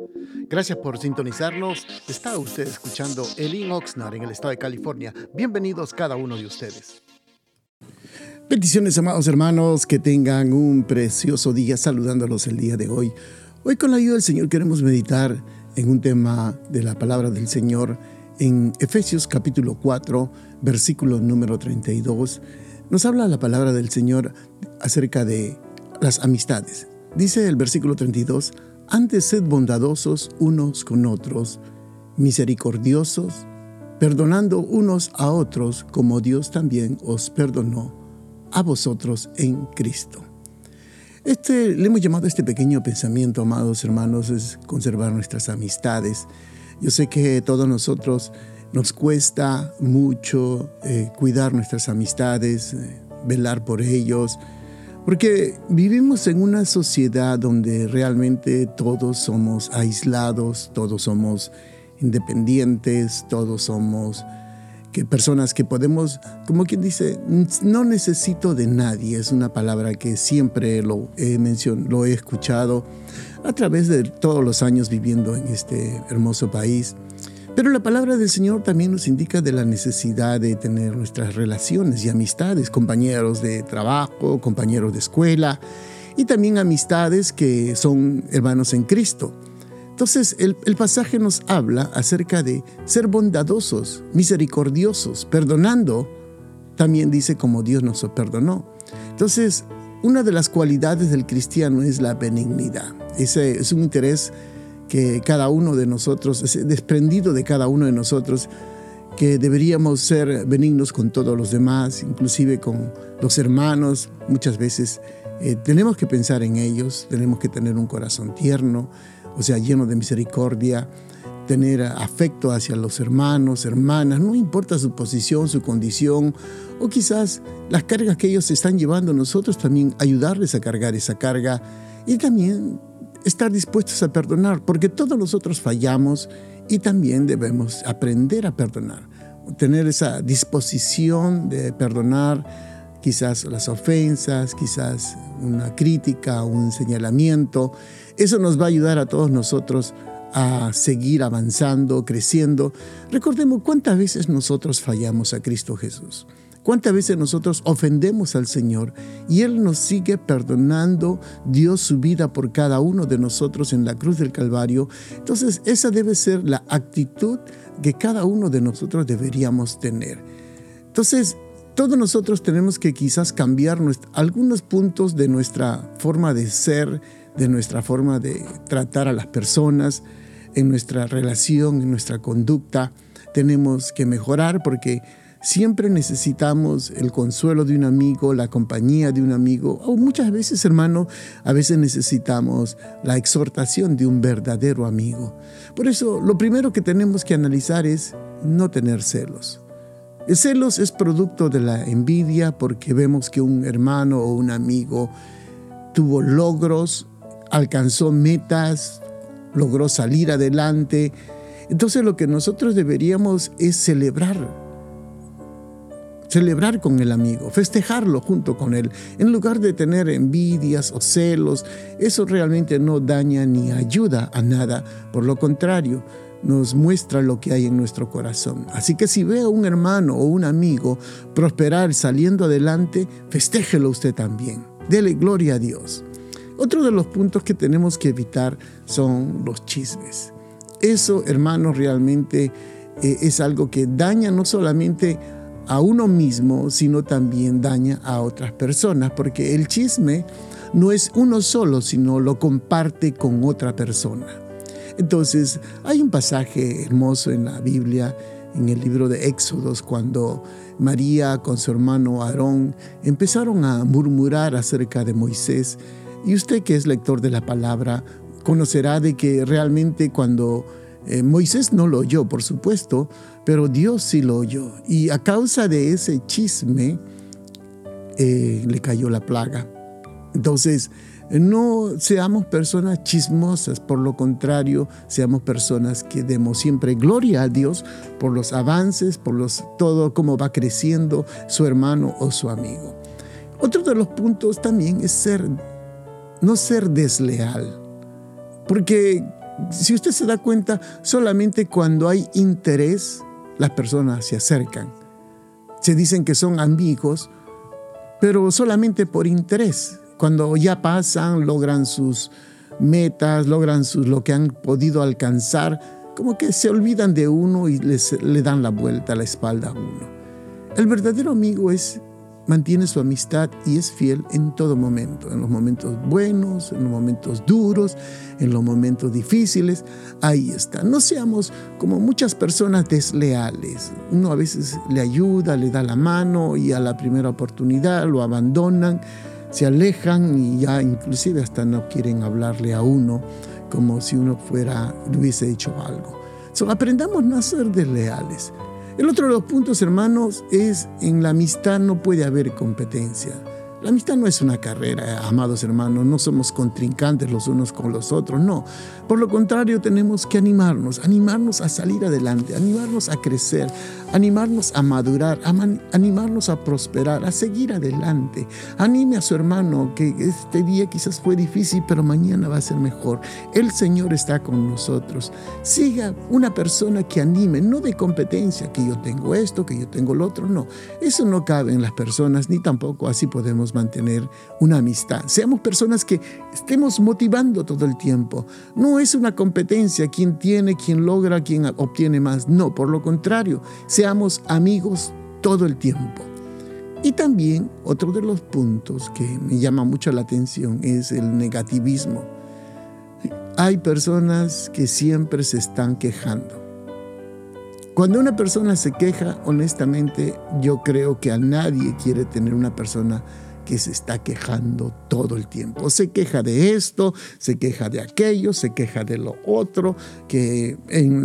Gracias por sintonizarnos. Está usted escuchando Elin Oxnard en el estado de California. Bienvenidos cada uno de ustedes. Bendiciones, amados hermanos, que tengan un precioso día, saludándolos el día de hoy. Hoy, con la ayuda del Señor, queremos meditar en un tema de la palabra del Señor en Efesios capítulo 4, versículo número 32. Nos habla la palabra del Señor acerca de las amistades. Dice el versículo 32: antes sed bondadosos unos con otros, misericordiosos, perdonando unos a otros, como Dios también os perdonó a vosotros en Cristo. Le hemos llamado este pequeño pensamiento, amados hermanos, es conservar nuestras amistades. Yo sé que a todos nosotros nos cuesta mucho cuidar nuestras amistades, velar por ellos, porque vivimos en una sociedad donde realmente todos somos aislados, todos somos independientes, todos somos personas que podemos, como quien dice, no necesito de nadie. Es una palabra que siempre lo he escuchado a través de todos los años viviendo en este hermoso país. Pero la palabra del Señor también nos indica de la necesidad de tener nuestras relaciones y amistades, compañeros de trabajo, compañeros de escuela y también amistades que son hermanos en Cristo. Entonces, el pasaje nos habla acerca de ser bondadosos, misericordiosos, perdonando. También dice como Dios nos perdonó. Entonces, una de las cualidades del cristiano es la benignidad. Ese es un interés que cada uno de nosotros, es desprendido de cada uno de nosotros, que deberíamos ser benignos con todos los demás, inclusive con los hermanos. Muchas veces tenemos que pensar en ellos, tenemos que tener un corazón tierno, o sea, lleno de misericordia, tener afecto hacia los hermanos, hermanas, no importa su posición, su condición, o quizás las cargas que ellos están llevando, nosotros también ayudarles a cargar esa carga y también estar dispuestos a perdonar, porque todos nosotros fallamos y también debemos aprender a perdonar, tener esa disposición de perdonar quizás las ofensas, quizás una crítica, un señalamiento. Eso nos va a ayudar a todos nosotros a seguir avanzando, creciendo. Recordemos cuántas veces nosotros fallamos a Cristo Jesús. Cuántas veces nosotros ofendemos al Señor y Él nos sigue perdonando, dio su vida por cada uno de nosotros en la cruz del Calvario. Entonces, esa debe ser la actitud que cada uno de nosotros deberíamos tener. Entonces, todos nosotros tenemos que quizás cambiar algunos puntos de nuestra forma de ser, de nuestra forma de tratar a las personas, en nuestra relación, en nuestra conducta. Tenemos que mejorar porque siempre necesitamos el consuelo de un amigo, la compañía de un amigo, o muchas veces, hermano, a veces necesitamos la exhortación de un verdadero amigo. Por eso, lo primero que tenemos que analizar es no tener celos. El celos es producto de la envidia porque vemos que un hermano o un amigo tuvo logros, alcanzó metas, logró salir adelante. Entonces lo que nosotros deberíamos es celebrar con el amigo, festejarlo junto con él, en lugar de tener envidias o celos. Eso realmente no daña ni ayuda a nada, por lo contrario, nos muestra lo que hay en nuestro corazón. Así que si ve a un hermano o un amigo prosperar saliendo adelante, festéjelo usted también, dele gloria a Dios. Otro de los puntos que tenemos que evitar son los chismes. Eso, hermanos, realmente es algo que daña no solamente a uno mismo, sino también daña a otras personas, porque el chisme no es uno solo, sino lo comparte con otra persona. Entonces, hay un pasaje hermoso en la Biblia, en el libro de Éxodos, cuando María con su hermano Aarón empezaron a murmurar acerca de Moisés. Y usted, que es lector de la palabra, conocerá de que realmente cuando Moisés no lo oyó, por supuesto, pero Dios sí lo oyó. Y a causa de ese chisme, le cayó la plaga. Entonces, no seamos personas chismosas, por lo contrario, seamos personas que demos siempre gloria a Dios por los avances, por todo cómo va creciendo su hermano o su amigo. Otro de los puntos también es no ser desleal, porque Si usted se da cuenta, solamente cuando hay interés, las personas se acercan. Se dicen que son amigos, pero solamente por interés. Cuando ya pasan, logran sus metas, logran lo que han podido alcanzar, como que se olvidan de uno y le dan la vuelta a la espalda a uno. El verdadero amigo mantiene su amistad y es fiel en todo momento, en los momentos buenos, en los momentos duros, en los momentos difíciles. Ahí está. No seamos como muchas personas desleales. Uno a veces le ayuda, le da la mano y a la primera oportunidad lo abandonan, se alejan y ya inclusive hasta no quieren hablarle a uno como si uno le hubiese hecho algo. Aprendamos no a ser desleales. El otro de los puntos, hermanos, es en la amistad no puede haber competencia. La amistad no es una carrera, amados hermanos, no somos contrincantes los unos con los otros, no. Por lo contrario, tenemos que animarnos a salir adelante, animarnos a crecer, animarnos a madurar, animarnos a prosperar, a seguir adelante. Anime a su hermano que este día quizás fue difícil, pero mañana va a ser mejor. El Señor está con nosotros. Siga una persona que anime, no de competencia, que yo tengo esto, que yo tengo lo otro, no. Eso no cabe en las personas, ni tampoco así podemos mantener una amistad. Seamos personas que estemos motivando todo el tiempo. No es una competencia, quién tiene, quién logra, quién obtiene más. No, por lo contrario, seamos amigos todo el tiempo. Y también otro de los puntos que me llama mucho la atención es el negativismo. Hay personas que siempre se están quejando. Cuando una persona se queja, honestamente, yo creo que a nadie quiere tener una persona que se está quejando todo el tiempo. Se queja de esto, se queja de aquello, se queja de lo otro, que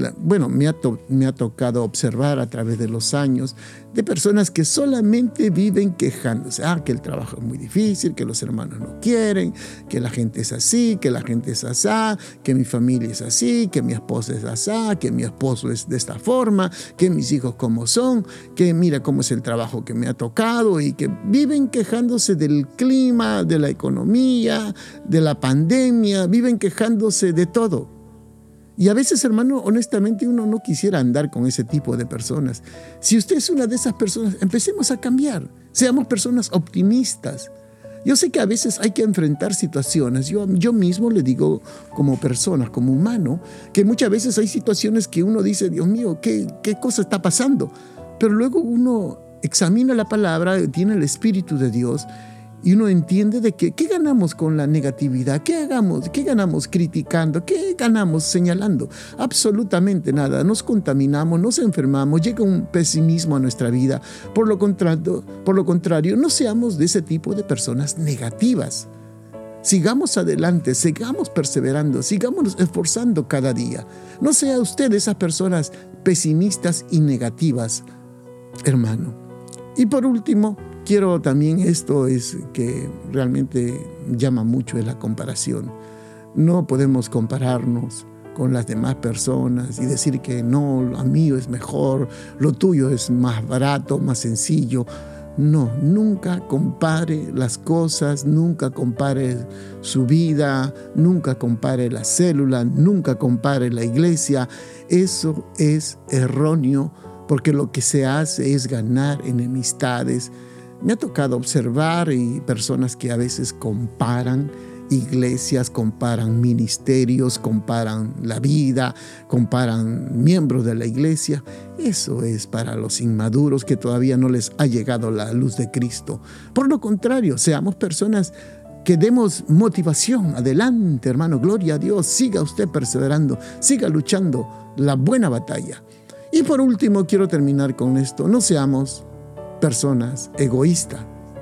me ha tocado observar a través de los años de personas que solamente viven quejándose. Que el trabajo es muy difícil, que los hermanos no quieren, que la gente es así, que la gente es asá, que mi familia es así, que mi esposa es asá, que mi esposo es de esta forma, que mis hijos como son, que mira cómo es el trabajo que me ha tocado, y que viven quejándose del clima, de la economía, de la pandemia, viven quejándose de todo. Y a veces, hermano, honestamente uno no quisiera andar con ese tipo de personas. Si usted es una de esas personas, empecemos a cambiar. Seamos personas optimistas. Yo sé que a veces hay que enfrentar situaciones. Yo mismo le digo como persona, como humano, que muchas veces hay situaciones que uno dice, Dios mío, ¿qué cosa está pasando? Pero luego uno examina la palabra, tiene el Espíritu de Dios, y uno entiende de que, ¿qué ganamos con la negatividad? ¿Qué ganamos criticando? ¿Qué ganamos señalando? Absolutamente nada. Nos contaminamos, nos enfermamos, llega un pesimismo a nuestra vida. Por lo contrario, no seamos de ese tipo de personas negativas. Sigamos adelante, sigamos perseverando, sigamos esforzando cada día. No sea usted de esas personas pesimistas y negativas, hermano. Y por último, quiero también, esto es que realmente llama mucho, es la comparación. No podemos compararnos con las demás personas y decir que no, lo mío es mejor, lo tuyo es más barato, más sencillo. No, nunca compare las cosas, nunca compare su vida, nunca compare la célula, nunca compare la iglesia. Eso es erróneo, porque lo que se hace es ganar enemistades. Me ha tocado observar personas que a veces comparan iglesias, comparan ministerios, comparan la vida, comparan miembros de la iglesia. Eso es para los inmaduros que todavía no les ha llegado la luz de Cristo. Por lo contrario, seamos personas que demos motivación. Adelante, hermano, gloria a Dios. Siga usted perseverando, siga luchando la buena batalla. Y por último, quiero terminar con esto. No seamos personas egoístas.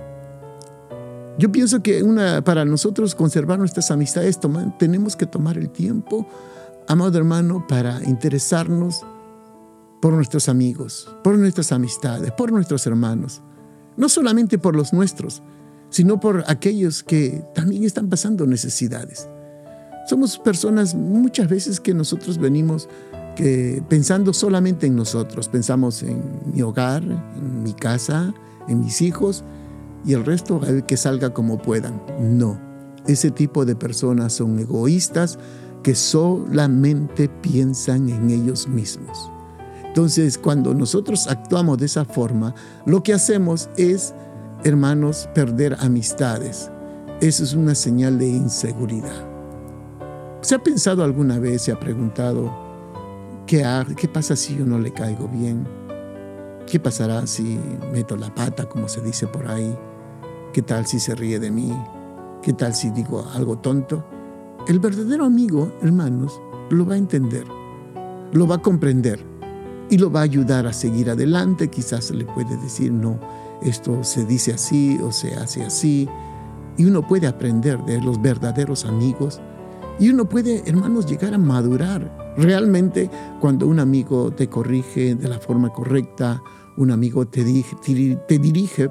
Yo pienso que para nosotros conservar nuestras amistades tenemos que tomar el tiempo, amado hermano, para interesarnos por nuestros amigos, por nuestras amistades, por nuestros hermanos. No solamente por los nuestros, sino por aquellos que también están pasando necesidades. Somos personas muchas veces que nosotros venimos pensando solamente en nosotros. Pensamos en mi hogar, en mi casa, en mis hijos, y el resto que salga como puedan. No, ese tipo de personas son egoístas que solamente piensan en ellos mismos. Entonces, cuando nosotros actuamos de esa forma, lo que hacemos es, hermanos, perder amistades. Eso es una señal de inseguridad. ¿Se ha pensado alguna vez, se ha preguntado, ¿qué pasa si yo no le caigo bien? ¿Qué pasará si meto la pata, como se dice por ahí? ¿Qué tal si se ríe de mí? ¿Qué tal si digo algo tonto? El verdadero amigo, hermanos, lo va a entender, lo va a comprender y lo va a ayudar a seguir adelante. Quizás le puede decir, no, esto se dice así o se hace así. Y uno puede aprender de los verdaderos amigos. Y uno puede, hermanos, llegar a madurar. Realmente, cuando un amigo te corrige de la forma correcta, un amigo te dirige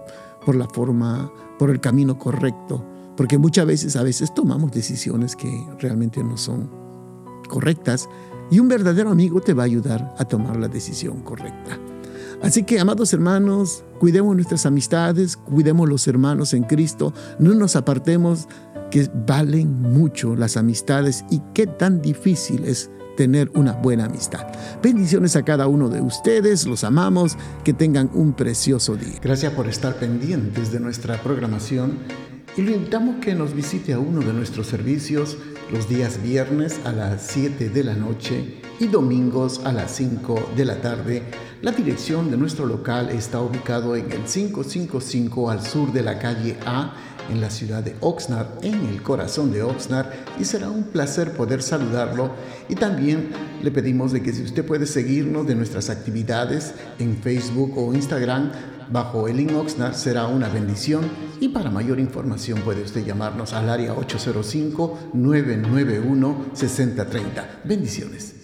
por el camino correcto. Porque muchas veces, a veces tomamos decisiones que realmente no son correctas. Y un verdadero amigo te va a ayudar a tomar la decisión correcta. Así que, amados hermanos, cuidemos nuestras amistades, cuidemos los hermanos en Cristo, no nos apartemos, que valen mucho las amistades y qué tan difícil es tener una buena amistad. Bendiciones a cada uno de ustedes, los amamos, que tengan un precioso día. Gracias por estar pendientes de nuestra programación y lo invitamos que nos visite a uno de nuestros servicios los días viernes a las 7 de la noche y domingos a las 5 de la tarde. La dirección de nuestro local está ubicado en el 555 al sur de la calle A, en la ciudad de Oxnard, en el corazón de Oxnard, y será un placer poder saludarlo. Y también le pedimos de que si usted puede seguirnos de nuestras actividades en Facebook o Instagram bajo Elim Oxnard, será una bendición. Y para mayor información puede usted llamarnos al área 805-991-6030. Bendiciones.